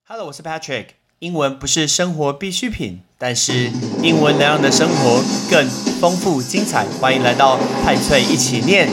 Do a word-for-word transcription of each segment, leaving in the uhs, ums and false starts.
Hello， 我是 Patrick。英文不是生活必需品，但是英文能让你的生活更丰富精彩。欢迎来到派翠一起念。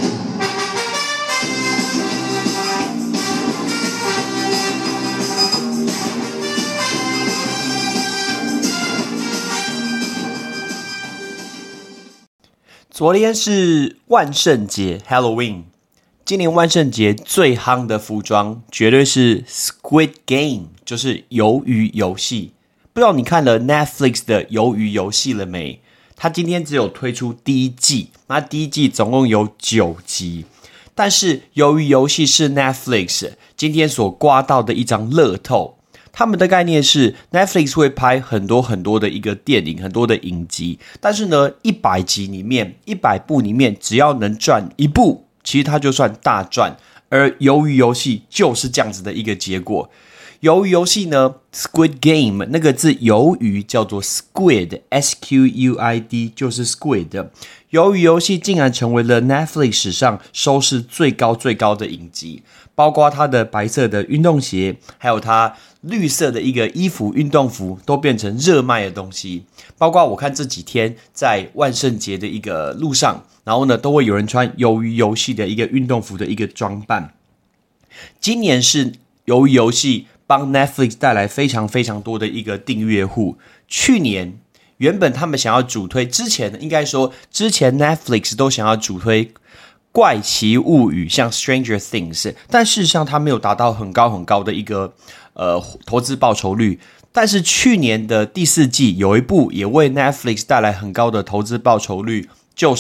昨天是万圣节 Halloween， 今年万圣节最夯的服装绝对是 Squid Game， 就是鱿鱼游戏。不知道你看了 Netflix 的鱿鱼游戏了没？它今天只有推出第一季，那第一季总共有九集。但是鱿鱼游戏是 Netflix 今天所刮到的一张乐透。他们的概念是 Netflix 会拍很多很多的一个电影，很多的影集，但是呢一百集里面一百部里面只要能赚一部，其实它就算大赚。而鱿鱼游戏就是这样子的一个结果。鱿鱼游戏呢 Squid Game 那个字鱿鱼叫做 Squid S Q U I D 就是 Squid。 鱿鱼游戏竟然成为了 Netflix 史上收视最高最高的影集，包括它的白色的运动鞋，还有它绿色的一个衣服运动服都变成热卖的东西。包括我看这几天在万圣节的一个路上，然后呢都会有人穿鱿鱼游戏的一个运动服的一个装扮。今年是鱿鱼游戏帮 Netflix 带来非常非常多的一个订阅户。去年原本他们想要主推，之前应该说之前 Netflix 都想要主推怪奇物语，像 Stranger Things， 但事实上它没有达到很高很高的一个呃投资报酬率。但是去年的第四季有一部也为 Netflix 带来很高的投资报酬率，就是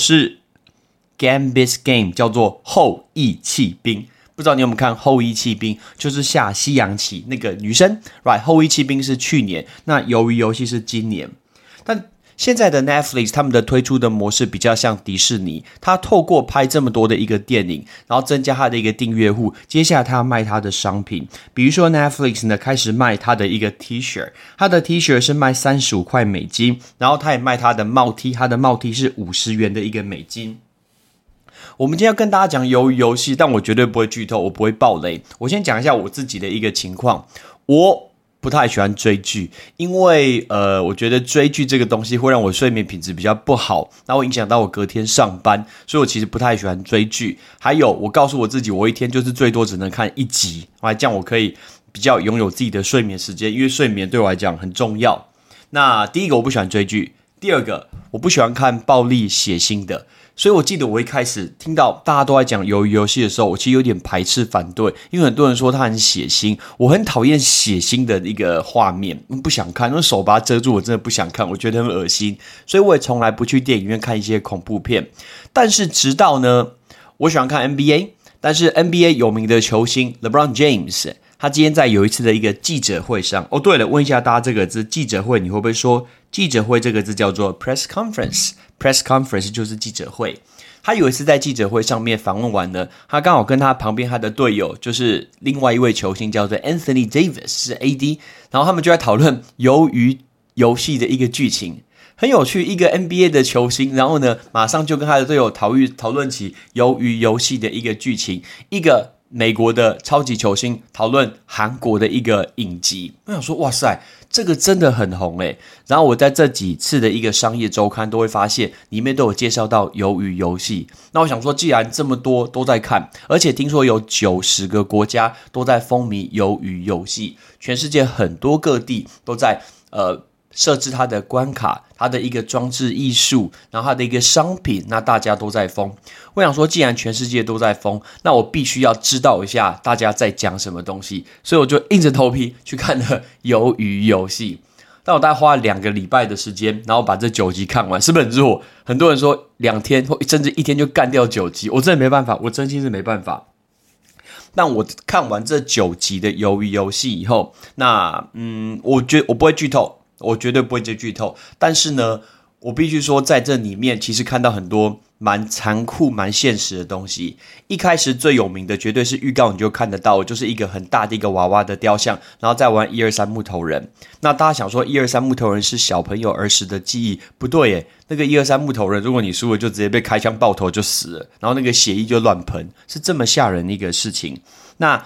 Gambit Game， 叫做后翼弃兵。不知道你有没有看后翼弃兵，就是下西洋棋那个女生 right， 后翼弃兵是去年，那鱿鱼游戏是今年。但现在的 Netflix 他们的推出的模式比较像迪士尼，他透过拍这么多的一个电影，然后增加他的一个订阅户，接下来他要卖他的商品。比如说 Netflix 呢开始卖他的一个 T 恤，他的 T 恤是卖三十五块美金，然后他也卖他的帽 T， 他的帽 T 是五十元的一个美金。我们今天要跟大家讲鱿鱼游戏，但我绝对不会剧透，我不会爆雷。我先讲一下我自己的一个情况，我不太喜欢追剧，因为呃，我觉得追剧这个东西会让我睡眠品质比较不好，然后影响到我隔天上班，所以我其实不太喜欢追剧。还有，我告诉我自己，我一天就是最多只能看一集，这样我可以比较拥有自己的睡眠时间，因为睡眠对我来讲很重要。那第一个我不喜欢追剧，第二个我不喜欢看暴力血腥的。所以我记得我一开始听到大家都在讲鱿鱼游戏的时候，我其实有点排斥反对，因为很多人说它很血腥，我很讨厌血腥的一个画面，不想看，用手把它遮住，我真的不想看，我觉得很恶心，所以我也从来不去电影院看一些恐怖片。但是直到呢，我喜欢看 N B A， 但是 N B A 有名的球星 LeBron James， 他今天在有一次的一个记者会上，哦对了，问一下大家这个字记者会你会不会说？记者会这个字叫做 press conference， press conference 就是记者会。他有一次在记者会上面访问完了，他刚好跟他旁边他的队友就是另外一位球星叫做 Anthony Davis 是 A D， 然后他们就在讨论鱿鱼游戏的一个剧情。很有趣，一个 N B A 的球星，然后呢马上就跟他的队友讨论讨论起鱿鱼游戏的一个剧情，一个美国的超级球星讨论韩国的一个影集。我想说哇塞，这个真的很红诶。然后我在这几次的一个商业周刊都会发现里面都有介绍到鱿鱼游戏。那我想说既然这么多都在看，而且听说有九十个国家都在风靡鱿鱼游戏，全世界很多各地都在呃设置它的关卡，它的一个装置艺术，然后它的一个商品，那大家都在疯。我想说既然全世界都在疯，那我必须要知道一下大家在讲什么东西，所以我就硬着头皮去看了鱿鱼游戏。但我大概花了两个礼拜的时间，然后把这九集看完，是不是很弱？很多人说两天或甚至一天就干掉九集，我真的没办法，我真心是没办法。但我看完这九集的鱿鱼游戏以后，那嗯，我觉得我不会剧透，我绝对不会接剧透。但是呢，我必须说，在这里面其实看到很多蛮残酷、蛮现实的东西。一开始最有名的绝对是预告，你就看得到，就是一个很大的一个娃娃的雕像，然后再玩一二三木头人。那大家想说，一二三木头人是小朋友儿时的记忆，不对耶。那个一二三木头人，如果你输了，就直接被开枪爆头就死了，然后那个血液就乱喷，是这么吓人的一个事情。那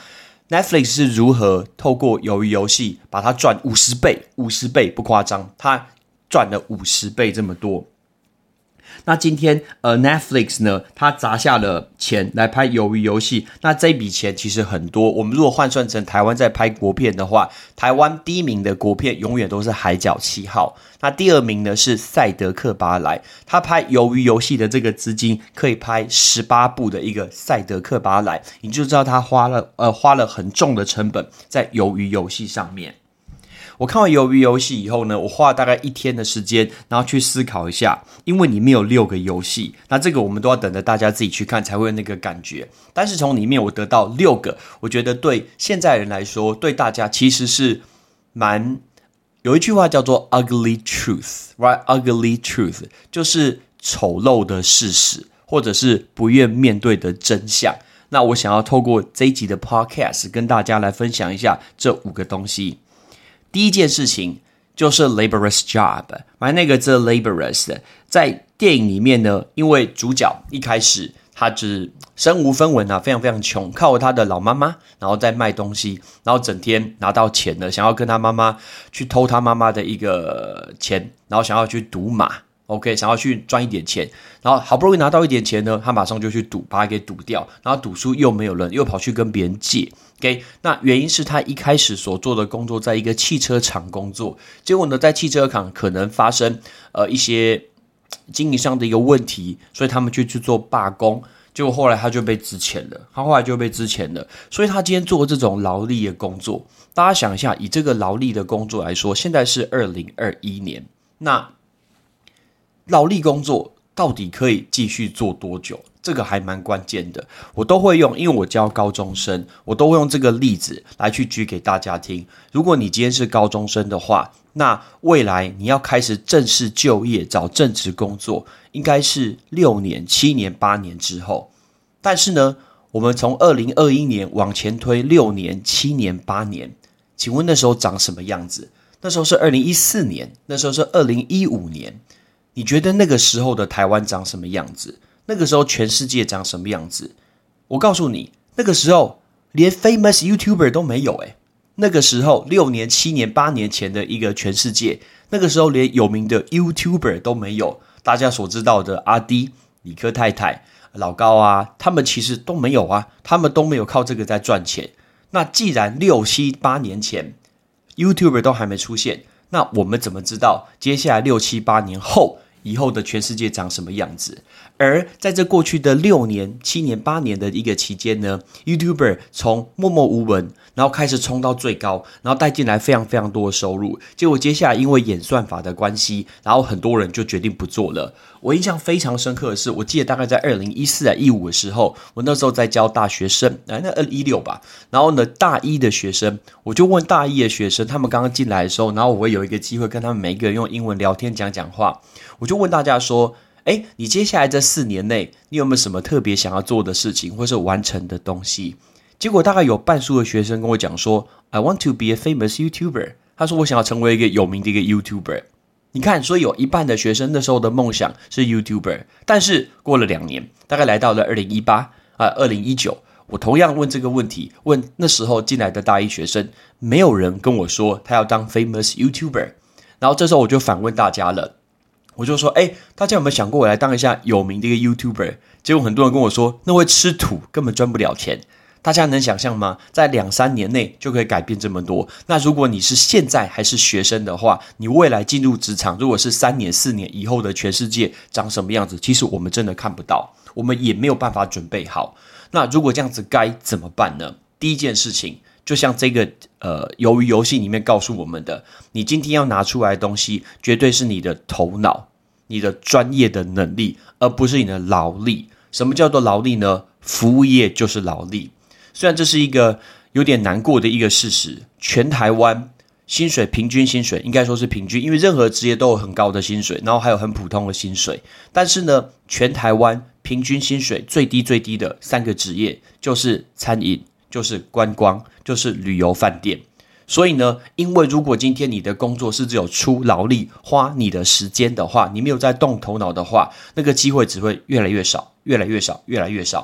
Netflix 是如何透过鱿鱼游戏把它赚五十倍，五十倍不夸张，它赚了五十倍这么多。那今天呃 Netflix 呢，它砸下了钱来拍鱿鱼游戏，那这笔钱其实很多，我们如果换算成台湾在拍国片的话，台湾第一名的国片永远都是海角七号，那第二名呢是赛德克巴莱，他拍鱿鱼游戏的这个资金可以拍十八部的一个赛德克巴莱，你就知道他花了呃花了很重的成本在鱿鱼游戏上面。我看完鱿鱼游戏以后呢，我花了大概一天的时间，然后去思考一下，因为里面有六个游戏，那这个我们都要等着大家自己去看才会有那个感觉。但是从里面我得到六个，我觉得对现在人来说，对大家其实是蛮有一句话叫做 ugly truth， right？ ugly truth 就是丑陋的事实，或者是不愿面对的真相。那我想要透过这一集的 podcast 跟大家来分享一下这五个东西。第一件事情就是 laborious job， 而那个这 laborious 在电影里面呢，因为主角一开始他只身无分文啊，非常非常穷，靠他的老妈妈，然后再卖东西，然后整天拿到钱了，想要跟他妈妈去偷他妈妈的一个钱，然后想要去赌马 ，OK， 想要去赚一点钱，然后好不容易拿到一点钱呢，他马上就去赌，把它给赌掉，然后赌输又没有人，又跑去跟别人借。Okay, 那原因是他一开始所做的工作在一个汽车厂工作，结果呢在汽车厂可能发生呃一些经营上的一个问题，所以他们就去做罢工，结果后来他就被资遣了，他后来就被资遣了，所以他今天做这种劳力的工作，大家想一下，以这个劳力的工作来说，现在是二零二一年，那劳力工作到底可以继续做多久？这个还蛮关键的，我都会用，因为我教高中生，我都会用这个例子来去举给大家听。如果你今天是高中生的话，那未来你要开始正式就业，找正职工作，应该是六年、七年、八年之后。但是呢，我们从二零二一年往前推六年、七年、八年，请问那时候长什么样子？那时候是二零一四年，那时候是二零一五年，你觉得那个时候的台湾长什么样子？那个时候全世界长什么样子？我告诉你，那个时候连 famous YouTuber 都没有诶。那个时候六年、七年、八年前的一个全世界，那个时候连有名的 YouTuber 都没有。大家所知道的阿滴、理科太太、老高啊，他们其实都没有啊，他们都没有靠这个在赚钱。那既然六七八年前 YouTuber 都还没出现，那我们怎么知道接下来六七八年后以后的全世界长什么样子？而在这过去的六年、七年、八年的一个期间呢 ，YouTuber 从默默无闻，然后开始冲到最高，然后带进来非常非常多的收入。结果接下来因为演算法的关系，然后很多人就决定不做了。我印象非常深刻的是，我记得大概在二零一四啊一五的时候，我那时候在教大学生，哎，那二零一六吧。然后呢，大一的学生，我就问大一的学生，他们刚刚进来的时候，然后我会有一个机会跟他们每一个人用英文聊天讲讲话，我就问大家说，哎，你接下来这四年内，你有没有什么特别想要做的事情，或是完成的东西？结果大概有半数的学生跟我讲说 ，I want to be a famous YouTuber。他说我想要成为一个有名的一个 YouTuber。你看，所以有一半的学生那时候的梦想是 YouTuber， 但是过了两年，大概来到了二零一八啊，二零一九，我同样问这个问题，问那时候进来的大一学生，没有人跟我说他要当 famous YouTuber。然后这时候我就反问大家了。我就说，哎，大家有没有想过我来当一下有名的一个 YouTuber？ 结果很多人跟我说，那会吃土，根本赚不了钱。大家能想象吗？在两三年内就可以改变这么多。那如果你是现在还是学生的话，你未来进入职场，如果是三年、四年以后的全世界长什么样子，其实我们真的看不到，我们也没有办法准备好。那如果这样子该怎么办呢？第一件事情，就像这个呃，鱿鱼游戏里面告诉我们的，你今天要拿出来的东西，绝对是你的头脑。你的专业的能力，而不是你的劳力。什么叫做劳力呢？服务业就是劳力。虽然这是一个有点难过的一个事实，全台湾薪水平均薪水应该说是平均，因为任何职业都有很高的薪水，然后还有很普通的薪水。但是呢，全台湾平均薪水最低最低的三个职业就是餐饮，就是观光，就是旅游饭店。所以呢，因为如果今天你的工作是只有出劳力，花你的时间的话，你没有在动头脑的话，那个机会只会越来越少，越来越少，越来越少。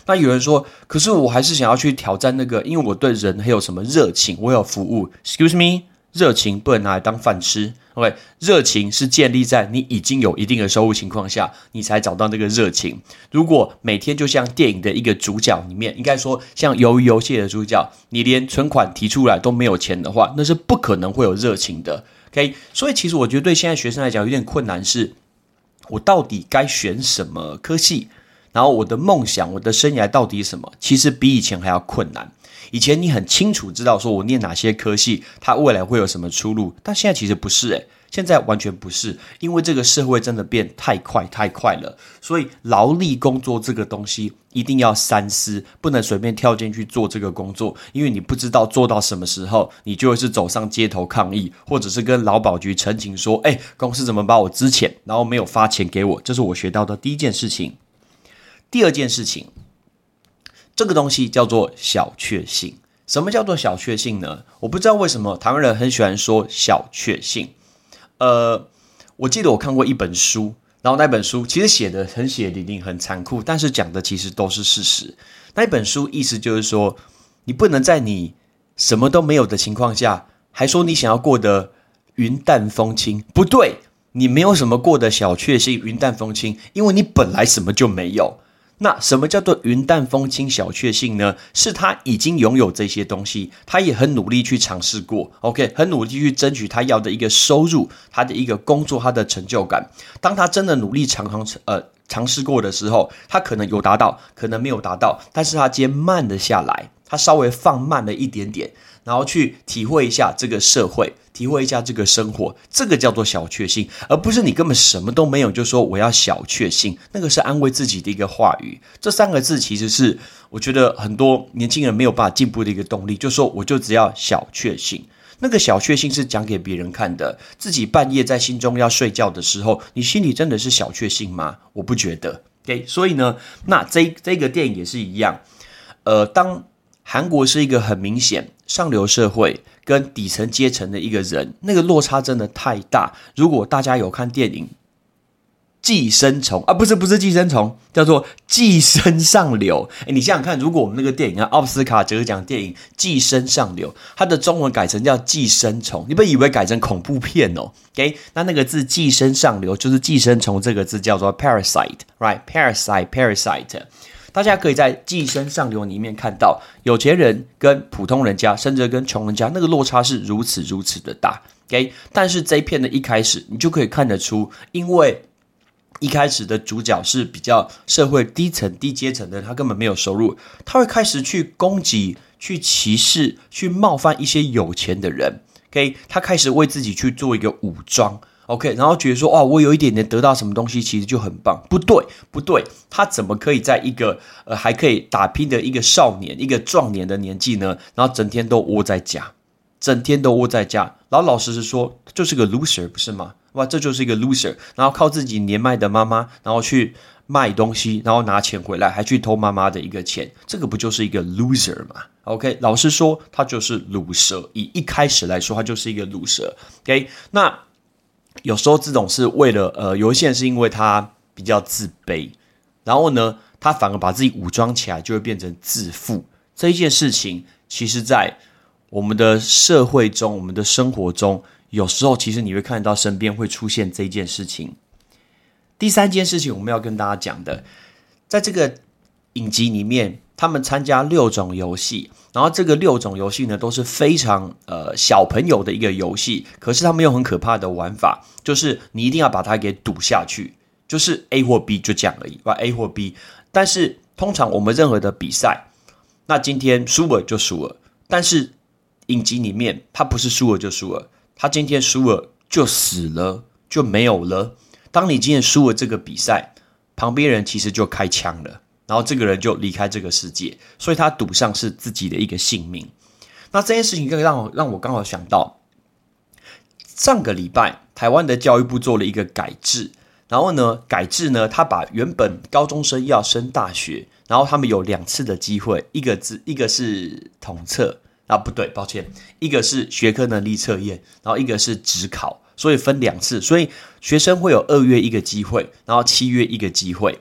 那有人说，可是我还是想要去挑战那个，因为我对人还有什么热情，我有服务。Excuse me， 热情不能拿来当饭吃。OK， 热情是建立在你已经有一定的收入情况下，你才找到那个热情。如果每天就像电影的一个主角里面，应该说像鱿鱼游戏的主角，你连存款提出来都没有钱的话，那是不可能会有热情的。OK， 所以其实我觉得对现在学生来讲有点困难是，我到底该选什么科系？然后我的梦想，我的生涯到底是什么？其实比以前还要困难。以前你很清楚知道说我念哪些科系，它未来会有什么出路，但现在其实不是诶，现在完全不是，因为这个社会真的变太快太快了，所以劳力工作这个东西一定要三思，不能随便跳进去做这个工作，因为你不知道做到什么时候，你就会是走上街头抗议，或者是跟劳保局陈情说，哎，公司怎么把我资遣，然后没有发钱给我，这是我学到的第一件事情。第二件事情，这个东西叫做小确幸。什么叫做小确幸呢？我不知道为什么台湾人很喜欢说小确幸。呃，我记得我看过一本书，然后那本书其实写的很血淋淋、很残酷，但是讲的其实都是事实。那本书意思就是说，你不能在你什么都没有的情况下，还说你想要过得云淡风轻，不对，你没有什么过得小确幸、云淡风轻，因为你本来什么就没有。那什么叫做云淡风轻小确幸呢？是他已经拥有这些东西，他也很努力去尝试过 OK， 很努力去争取他要的一个收入，他的一个工作，他的成就感。当他真的努力尝尝呃尝试过的时候，他可能有达到，可能没有达到，但是他今天慢了下来，他稍微放慢了一点点，然后去体会一下这个社会，体会一下这个生活，这个叫做小确幸，而不是你根本什么都没有就说我要小确幸，那个是安慰自己的一个话语。这三个字其实是我觉得很多年轻人没有办法进步的一个动力，就说我就只要小确幸。那个小确幸是讲给别人看的，自己半夜在心中要睡觉的时候，你心里真的是小确幸吗？我不觉得。Okay， 所以呢，那这这个电影也是一样，呃，当韩国是一个很明显上流社会跟底层阶层的一个人，那个落差真的太大。如果大家有看电影《寄生虫》啊，不是不是寄生虫，叫做《寄生上流》。诶，你想想看，如果我们那个电影啊，奥斯卡得奖电影《寄生上流》，它的中文改成叫《寄生虫》，你不以为改成恐怖片哦 ？OK， 那那个字“寄生上流”就是寄生虫这个字叫做 parasite，right？ parasite parasite。大家可以在寄生上流里面看到，有钱人跟普通人家，甚至跟穷人家，那个落差是如此如此的大。OK， 但是这一片的一开始，你就可以看得出，因为一开始的主角是比较社会低层、低阶层的人，他根本没有收入，他会开始去攻击、去歧视、去冒犯一些有钱的人。OK， 他开始为自己去做一个武装。OK， 然后觉得说，哇，我有一点点得到什么东西，其实就很棒。不对，不对，他怎么可以在一个呃还可以打拼的一个少年、一个壮年的年纪呢？然后整天都窝在家，整天都窝在家，老老实实说，就是个 loser， 不是吗？哇，这就是一个 loser， 然后靠自己年迈的妈妈，然后去卖东西，然后拿钱回来，还去偷妈妈的一个钱，这个不就是一个 loser 吗 ？OK， 老实说，他就是 loser。以一开始来说，他就是一个 loser。OK， 那有时候这种是为了呃，有一些人是因为他比较自卑，然后呢，他反而把自己武装起来，就会变成自负。这一件事情，其实在我们的社会中，我们的生活中，有时候其实你会看到身边会出现这一件事情。第三件事情我们要跟大家讲的，在这个影集里面，他们参加六种游戏，然后这个六种游戏呢都是非常呃小朋友的一个游戏，可是他们有很可怕的玩法，就是你一定要把它给赌下去，就是 A 或 B 就这样而已，把 A 或 B。但是通常我们任何的比赛，那今天输了就输了，但是影集里面他不是输了就输了，他今天输了就死了，就没有了。当你今天输了这个比赛，旁边人其实就开枪了，然后这个人就离开这个世界，所以他赌上是自己的一个性命。那这件事情让我让我刚好想到，上个礼拜台湾的教育部做了一个改制，然后呢，改制呢，他把原本高中生要升大学，然后他们有两次的机会，一个是一个是统测啊，不对，抱歉，一个是学科能力测验，然后一个是指考。所以分两次，所以学生会有二月一个机会，然后七月一个机会。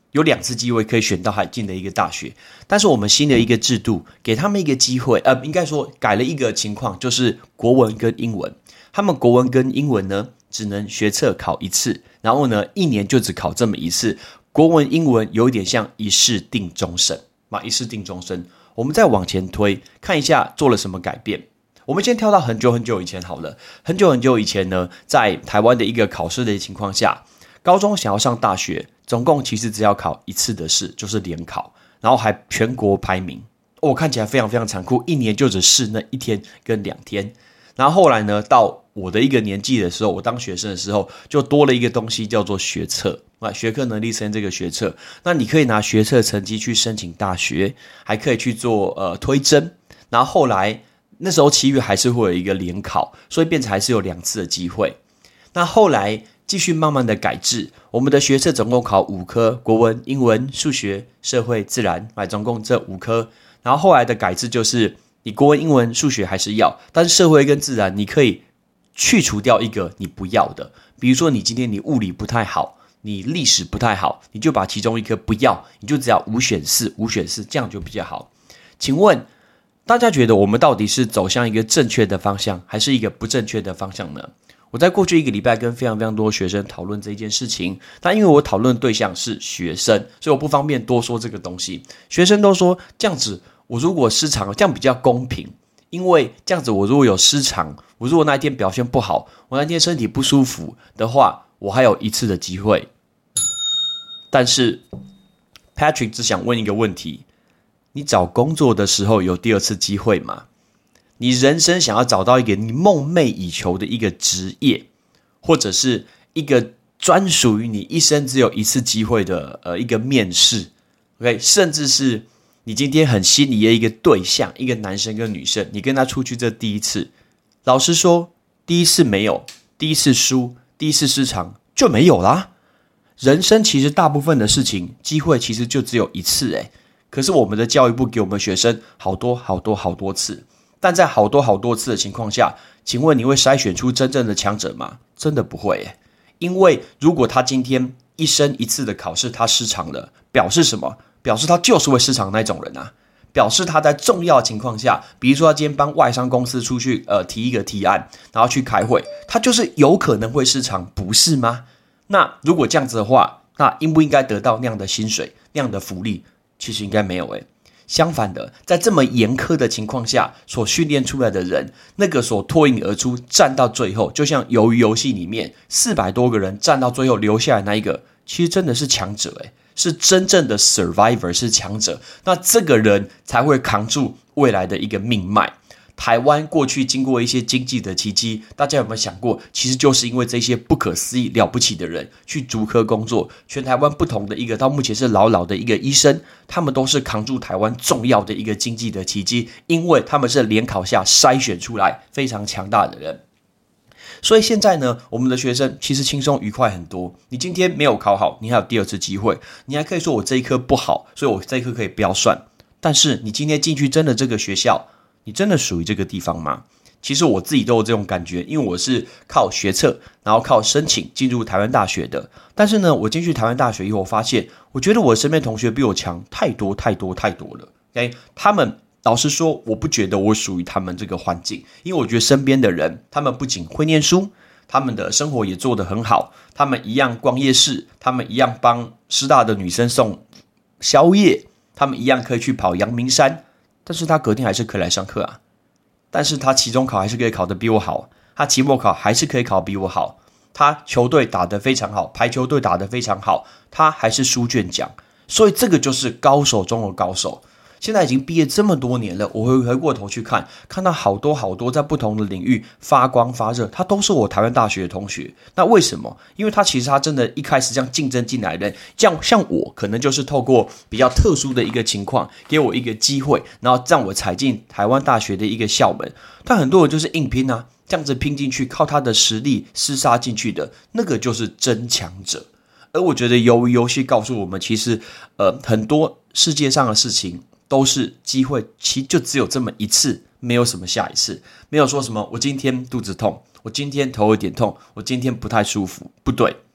有两次机会可以选到海进的一个大学，但是我们新的一个制度给他们一个机会，呃，应该说改了一个情况，就是国文跟英文，他们国文跟英文呢只能学测考一次，然后呢一年就只考这么一次，国文英文有一点像一试定终身嘛，一试定终身。我们再往前推，看一下做了什么改变。我们先跳到很久很久以前好了，很久很久以前呢，在台湾的一个考试的情况下，高中想要上大学，总共其实只要考一次的试，就是联考，然后还全国排名。哦，看起来非常非常残酷，一年就只试那一天跟两天。然后后来呢，到我的一个年纪的时候，我当学生的时候，就多了一个东西叫做学测啊，学科能力测验这个学测。那你可以拿学测成绩去申请大学，还可以去做呃推甄。然后后来那时候其余还是会有一个联考，所以变成还是有两次的机会。那后来继续慢慢的改制，我们的学测总共考五科，国文、英文、数学、社会、自然，来总共这五科。然后后来的改制就是你国文、英文、数学还是要，但是社会跟自然你可以去除掉一个你不要的，比如说你今天你物理不太好，你历史不太好，你就把其中一科不要，你就只要五选四，五选四，这样就比较好。请问大家觉得我们到底是走向一个正确的方向，还是一个不正确的方向呢？我在过去一个礼拜跟非常非常多学生讨论这件事情，但因为我讨论的对象是学生，所以我不方便多说这个东西。学生都说这样子，我如果失常，这样比较公平，因为这样子我如果有失常，我如果那一天表现不好，我那天身体不舒服的话，我还有一次的机会。但是 Patrick 只想问一个问题，你找工作的时候有第二次机会吗？你人生想要找到一个你梦寐以求的一个职业，或者是一个专属于你一生只有一次机会的呃一个面试 ，OK， 甚至是你今天很心仪的一个对象，一个男生跟女生，你跟他出去这第一次，老实说，第一次没有，第一次输，第一次失常就没有啦。人生其实大部分的事情，机会其实就只有一次诶，可是我们的教育部给我们学生好多好多好多次。但在好多好多次的情况下，请问你会筛选出真正的强者吗？真的不会耶。因为如果他今天一生一次的考试他失常了，表示什么？表示他就是会失常那种人啊。表示他在重要的情况下，比如说他今天帮外商公司出去呃提一个提案，然后去开会，他就是有可能会失常，不是吗？那如果这样子的话，那应不应该得到那样的薪水、那样的福利？其实应该没有耶。相反的，在这么严苛的情况下所训练出来的人，那个所脱颖而出站到最后，就像鱿鱼游戏里面四百多个人站到最后留下来那一个，其实真的是强者诶，是真正的 survivor， 是强者，那这个人才会扛住未来的一个命脉。台湾过去经过一些经济的奇迹，大家有没有想过，其实就是因为这些不可思议了不起的人去竹科工作，全台湾不同的一个到目前是老老的一个医生，他们都是扛住台湾重要的一个经济的奇迹，因为他们是联考下筛选出来非常强大的人。所以现在呢，我们的学生其实轻松愉快很多。你今天没有考好，你还有第二次机会，你还可以说我这一科不好，所以我这一科可以不要算。但是你今天进去真的这个学校，你真的属于这个地方吗？其实我自己都有这种感觉，因为我是靠学测，然后靠申请进入台湾大学的。但是呢，我进去台湾大学以后，我发现，我觉得我身边同学比我强太多太多太多了。OK， 他们老实说，我不觉得我属于他们这个环境，因为我觉得身边的人，他们不仅会念书，他们的生活也做得很好，他们一样逛夜市，他们一样帮师大的女生送宵夜，他们一样可以去跑阳明山。但是他隔天还是可以来上课啊，但是他期中考还是可以考得比我好，他期末考还是可以考比我好，他球队打得非常好，排球队打得非常好，他还是书卷奖，所以这个就是高手中的高手。现在已经毕业这么多年了，我会回过头去看，看到好多好多在不同的领域发光发热，他都是我台湾大学的同学。那为什么？因为他其实他真的一开始这样竞争进来的人，像像我可能就是透过比较特殊的一个情况，给我一个机会，然后让我踩进台湾大学的一个校门。但很多人就是硬拼啊，这样子拼进去，靠他的实力厮杀进去的，那个就是真强者。而我觉得由于游戏告诉我们，其实呃很多世界上的事情都是机会，其实就只有这么一次，没有什么下一次，没有说什么我今天肚子痛，我今天头有点痛，我今天不太舒服，不对，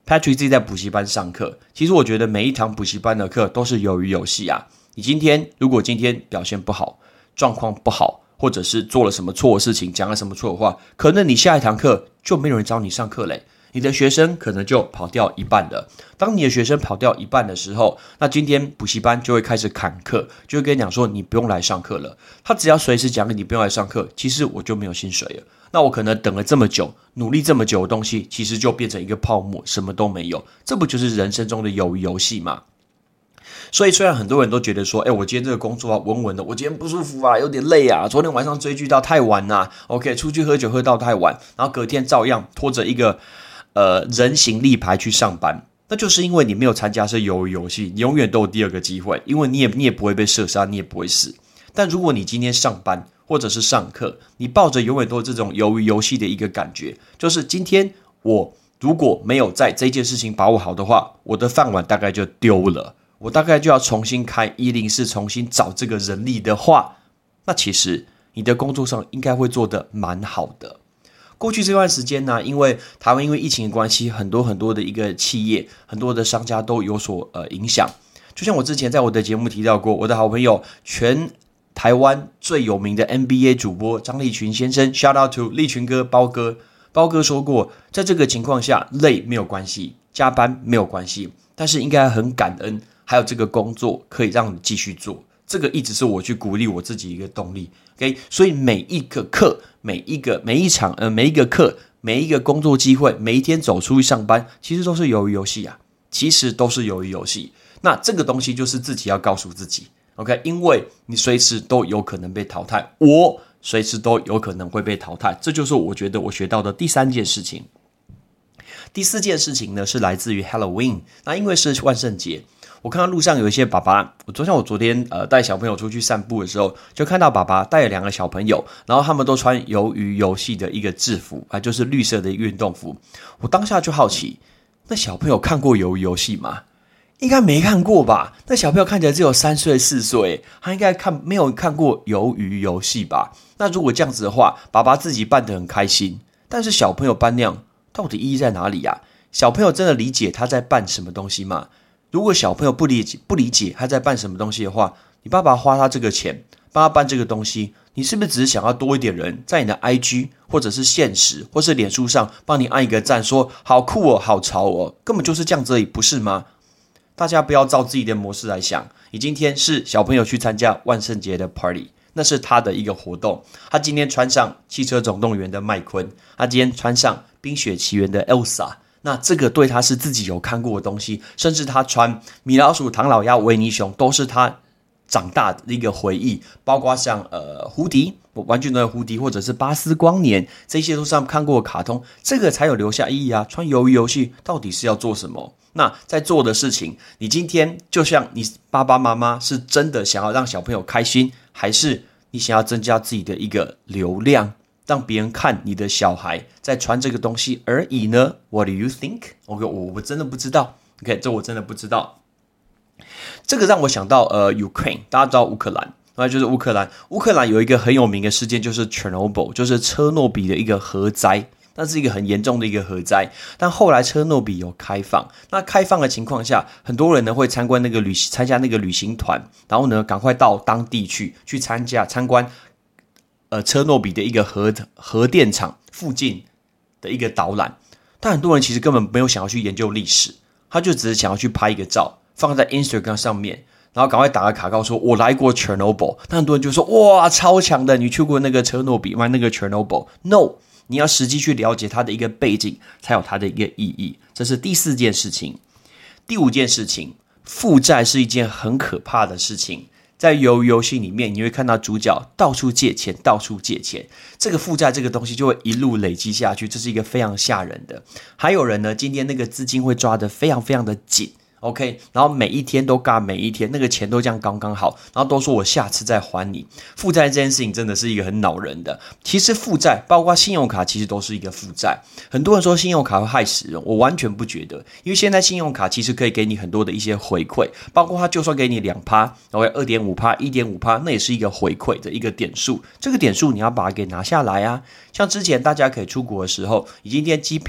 Patrick 自己在补习班上课，其实我觉得每一堂补习班的课都是鱿鱼游戏啊。你今天如果今天表现不好，状况不好，或者是做了什么错的事情，讲了什么错的话，可能你下一堂课就没有人找你上课嘞，你的学生可能就跑掉一半了。当你的学生跑掉一半的时候，那今天补习班就会开始砍课，就会跟你讲说你不用来上课了。他只要随时讲你不用来上课，其实我就没有薪水了。那我可能等了这么久，努力这么久的东西，其实就变成一个泡沫，什么都没有。这不就是人生中的鱿鱼游戏吗？所以虽然很多人都觉得说，哎，我今天这个工作啊稳稳的，我今天不舒服啊，有点累啊，昨天晚上追剧到太晚啊 OK 出去喝酒喝到太晚，然后隔天照样拖着一个呃人形立牌去上班，那就是因为你没有参加这鱿鱼游戏，你永远都有第二个机会，因为你也你也不会被射杀，你也不会死。但如果你今天上班或者是上课，你抱着永远都有这种鱿鱼游戏的一个感觉，就是今天我如果没有在这件事情把握好的话，我的饭碗大概就丢了，我大概就要重新开一零四，重新找这个人力的话，那其实你的工作上应该会做得蛮好的。过去这段时间呢，因为台湾因为疫情的关系，很多很多的一个企业，很多的商家都有所呃影响。就像我之前在我的节目提到过，我的好朋友全台湾最有名的 N B A 主播张立群先生 ，shout out to 立群哥、包哥。包哥说过，在这个情况下，累没有关系，加班没有关系，但是应该很感恩，还有这个工作可以让你继续做。这个一直是我去鼓励我自己一个动力。OK， 所以每一个课、每一个每一场呃每一个课、每一个工作机会、每一天走出去上班，其实都是鱿鱼游戏啊，其实都是鱿鱼游戏。那这个东西就是自己要告诉自己。OK， 因为你随时都有可能被淘汰，我随时都有可能会被淘汰，这就是我觉得我学到的第三件事情。第四件事情呢是来自于 Halloween， 那因为是万圣节，我看到路上有一些爸爸，我就像我昨天呃带小朋友出去散步的时候，就看到爸爸带了两个小朋友，然后他们都穿鱿鱼游戏的一个制服啊，就是绿色的运动服。我当下就好奇，那小朋友看过鱿鱼游戏吗？应该没看过吧？那小朋友看起来只有三岁四岁，他应该看没有看过鱿鱼游戏吧？那如果这样子的话，爸爸自己办得很开心，但是小朋友办那样到底意义在哪里啊？小朋友真的理解他在办什么东西吗？如果小朋友不理解不理解他在办什么东西的话，你爸爸花他这个钱帮他办这个东西，你是不是只是想要多一点人在你的 I G 或者是现实或是脸书上帮你按一个赞，说好酷哦，好潮哦，根本就是这样子而已，不是吗？大家不要照自己的模式来想，你今天是小朋友去参加万圣节的 party， 那是他的一个活动，他今天穿上汽车总动员的麦昆，他今天穿上冰雪奇缘的 Elsa， 那这个对他是自己有看过的东西，甚至他穿米老鼠、唐老鸭、维尼熊都是他长大的一个回忆，包括像呃胡迪、玩具的胡迪，或者是巴斯光年，这些都是他们看过的卡通，这个才有留下意义啊。穿鱿鱼游戏到底是要做什么？那在做的事情，你今天就像你爸爸妈妈是真的想要让小朋友开心，还是你想要增加自己的一个流量，让别人看你的小孩在穿这个东西而已呢？ What do you think? OK， 我我真的不知道。OK， 这我真的不知道。这个让我想到呃 Ukraine， 大家知道乌克兰，那就是乌克兰。乌克兰有一个很有名的事件，就是 Chernobyl， 就是车诺比的一个核灾。那是一个很严重的一个核灾，但后来车诺比有开放，那开放的情况下，很多人呢会参观那个旅参加那个旅行团，然后呢赶快到当地去去参加参观，呃车诺比的一个核核电厂附近的一个导览。但很多人其实根本没有想要去研究历史，他就只是想要去拍一个照，放在 Instagram 上面，然后赶快打个卡告说我来过 Chernobyl。但很多人就说哇超强的，你去过那个车诺比吗？那个 Chernobyl No。你要实际去了解它的一个背景，才有它的一个意义。这是第四件事情。第五件事情，负债是一件很可怕的事情。在鱿鱼游戏里面，你会看到主角到处借钱，到处借钱，这个负债这个东西就会一路累积下去，这是一个非常吓人的。还有人呢，今天那个资金会抓得非常非常的紧。OK， 然后每一天都尬，每一天那个钱都这样刚刚好，然后都说我下次再还你。负债这件事情真的是一个很恼人的。其实负债包括信用卡其实都是一个负债。很多人说信用卡会害死人，我完全不觉得，因为现在信用卡其实可以给你很多的一些回馈，包括它就算给你 百分之二 OK 二点五 一点五 那也是一个回馈的一个点数，这个点数你要把它给拿下来啊。像之前大家可以出国的时候，你今天机票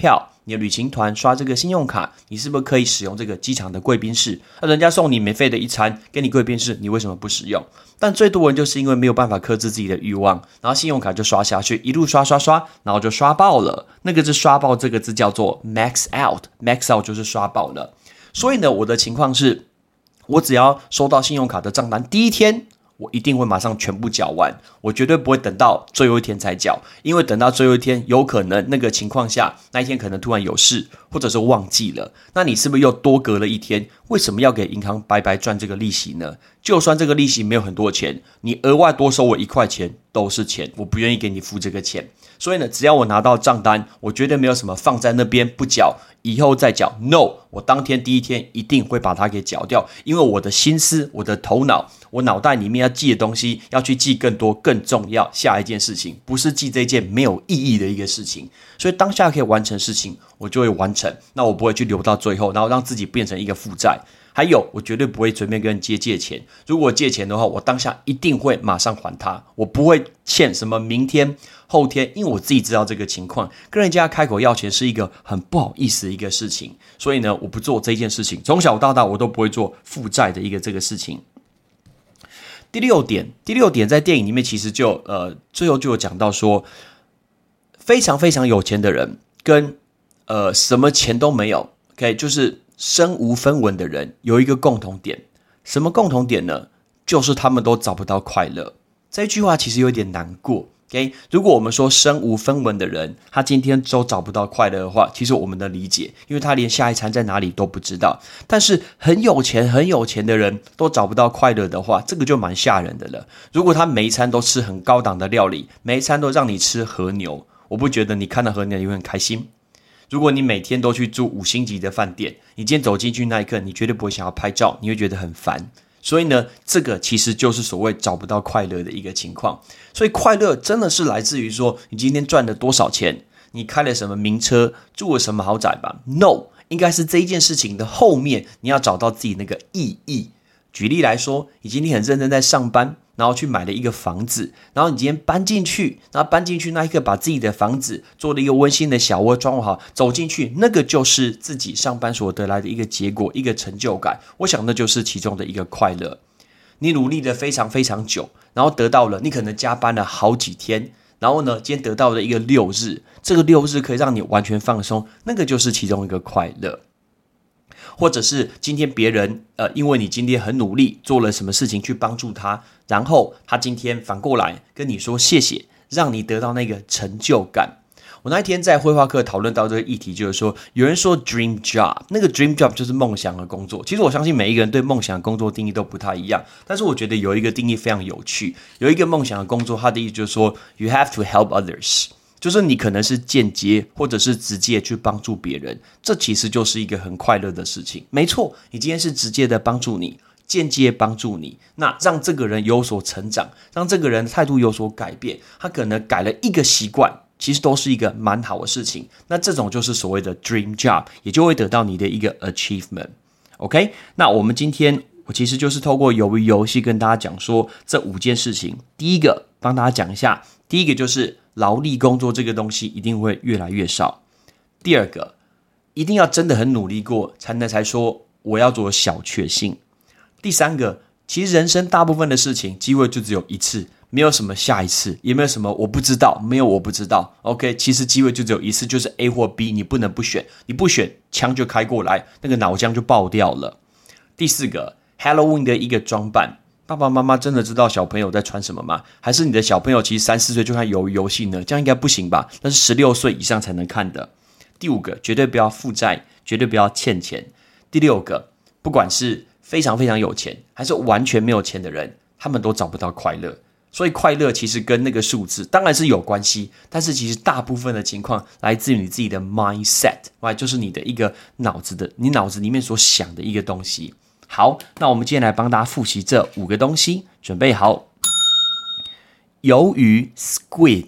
你的旅行团刷这个信用卡，你是不是可以使用这个机场的贵宾室？那人家送你免费的一餐，给你贵宾室，你为什么不使用？但最多人就是因为没有办法克制自己的欲望，然后信用卡就刷下去，一路刷刷刷，然后就刷爆了。那个是刷爆这个字叫做 max out， max out 就是刷爆了。所以呢，我的情况是，我只要收到信用卡的账单第一天，我一定会马上全部缴完，我绝对不会等到最后一天才缴，因为等到最后一天，有可能那个情况下，那一天可能突然有事，或者是忘记了，那你是不是又多隔了一天？为什么要给银行白白赚这个利息呢？就算这个利息没有很多钱，你额外多收我一块钱都是钱，我不愿意给你付这个钱。所以呢，只要我拿到账单，我绝对没有什么放在那边不缴，以后再缴。No， 我当天第一天一定会把它给缴掉，因为我的心思、我的头脑、我脑袋里面要记的东西，要去记更多、更重要下一件事情，不是记这件没有意义的一个事情。所以当下可以完成事情，我就会完成，那我不会去留到最后，然后让自己变成一个负债。还有，我绝对不会随便跟人借借钱。如果借钱的话，我当下一定会马上还他，我不会欠什么明天、后天，因为我自己知道这个情况，跟人家开口要钱是一个很不好意思的一个事情。所以呢，我不做这件事情。从小到大，我都不会做负债的一个这个事情。第六点，第六点在电影里面其实就呃最后就有讲到说，非常非常有钱的人跟呃什么钱都没有 ，OK， 就是身无分文的人有一个共同点，什么共同点呢？就是他们都找不到快乐。这句话其实有点难过。Okay? 如果我们说身无分文的人，他今天都找不到快乐的话，其实我们能理解，因为他连下一餐在哪里都不知道。但是很有钱很有钱的人都找不到快乐的话，这个就蛮吓人的了。如果他每一餐都吃很高档的料理，每一餐都让你吃和牛，我不觉得你看到和牛你会很开心。如果你每天都去住五星级的饭店，你今天走进去那一刻，你绝对不会想要拍照，你会觉得很烦。所以呢，这个其实就是所谓找不到快乐的一个情况。所以快乐真的是来自于说，你今天赚了多少钱，你开了什么名车，住了什么豪宅吧 ？No， 应该是这一件事情的后面，你要找到自己那个意义。举例来说，你今天很认真在上班，然后去买了一个房子，然后你今天搬进去，然后搬进去那一刻把自己的房子做了一个温馨的小窝装潢好，走进去，那个就是自己上班所得来的一个结果，一个成就感。我想那就是其中的一个快乐。你努力了非常非常久，然后得到了，你可能加班了好几天，然后呢，今天得到了一个六日，这个六日可以让你完全放松，那个就是其中一个快乐。或者是今天别人呃，因为你今天很努力做了什么事情去帮助他，然后他今天反过来跟你说谢谢，让你得到那个成就感。我那一天在绘画课讨论到这个议题，就是说有人说 dream job， 那个 dream job 就是梦想的工作。其实我相信每一个人对梦想的工作定义都不太一样，但是我觉得有一个定义非常有趣，有一个梦想的工作，它的意思就是说 you have to help others，就是你可能是间接或者是直接去帮助别人，这其实就是一个很快乐的事情。没错，你今天是直接的帮助你，间接帮助你，那让这个人有所成长，让这个人态度有所改变，他可能改了一个习惯，其实都是一个蛮好的事情。那这种就是所谓的 dream job， 也就会得到你的一个 achievement。OK， 那我们今天我其实就是透过鱿鱼游戏跟大家讲说这五件事情。第一个帮大家讲一下，第一个就是劳力工作这个东西一定会越来越少。第二个，一定要真的很努力过，才能才说我要做小确幸。第三个，其实人生大部分的事情机会就只有一次，没有什么下一次，也没有什么我不知道，没有我不知道。OK， 其实机会就只有一次，就是 A 或 B， 你不能不选，你不选枪就开过来，那个脑浆就爆掉了。第四个 ，Halloween 的一个装扮。爸爸妈妈真的知道小朋友在穿什么吗？还是你的小朋友其实三四岁就看鱿鱼游戏呢？这样应该不行吧？那是十六岁以上才能看的。第五个，绝对不要负债，绝对不要欠钱。第六个，不管是非常非常有钱，还是完全没有钱的人，他们都找不到快乐。所以快乐其实跟那个数字当然是有关系，但是其实大部分的情况来自于你自己的 mindset， 就是你的一个脑子的，你脑子里面所想的一个东西。好，那我们今天来帮大家复习这五个东西，准备好。鱿鱼 squid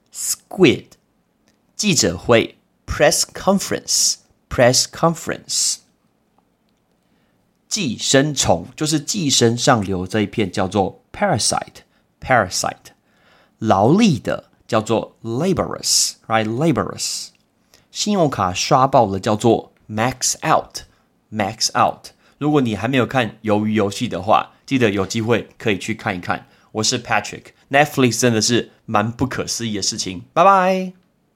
squid， 记者会 press conference press conference， 寄生虫就是寄生上流这一片叫做 parasite parasite， 劳力的叫做 laborers right laborers， 信用卡刷爆了叫做 Max Out Max Out。 如果你还没有看鱿鱼游戏的话，记得有机会可以去看一看。我是 Patrick， Netflix 真的是蛮不可思议的事情。拜拜。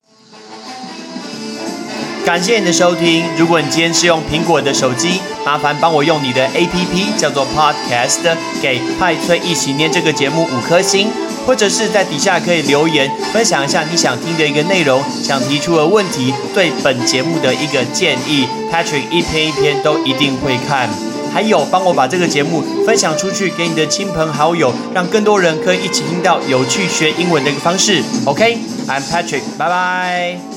感谢你的收听。如果你今天是用苹果的手机，麻烦帮我用你的 A P P 叫做 Podcast 给派翠一起念这个节目五颗星，或者是在底下可以留言分享一下你想听的一个内容，想提出的问题，对本节目的一个建议， Patrick 一篇一篇都一定会看。还有帮我把这个节目分享出去给你的亲朋好友，让更多人可以一起听到有趣学英文的一个方式。 OK， I'm Patrick， 拜拜。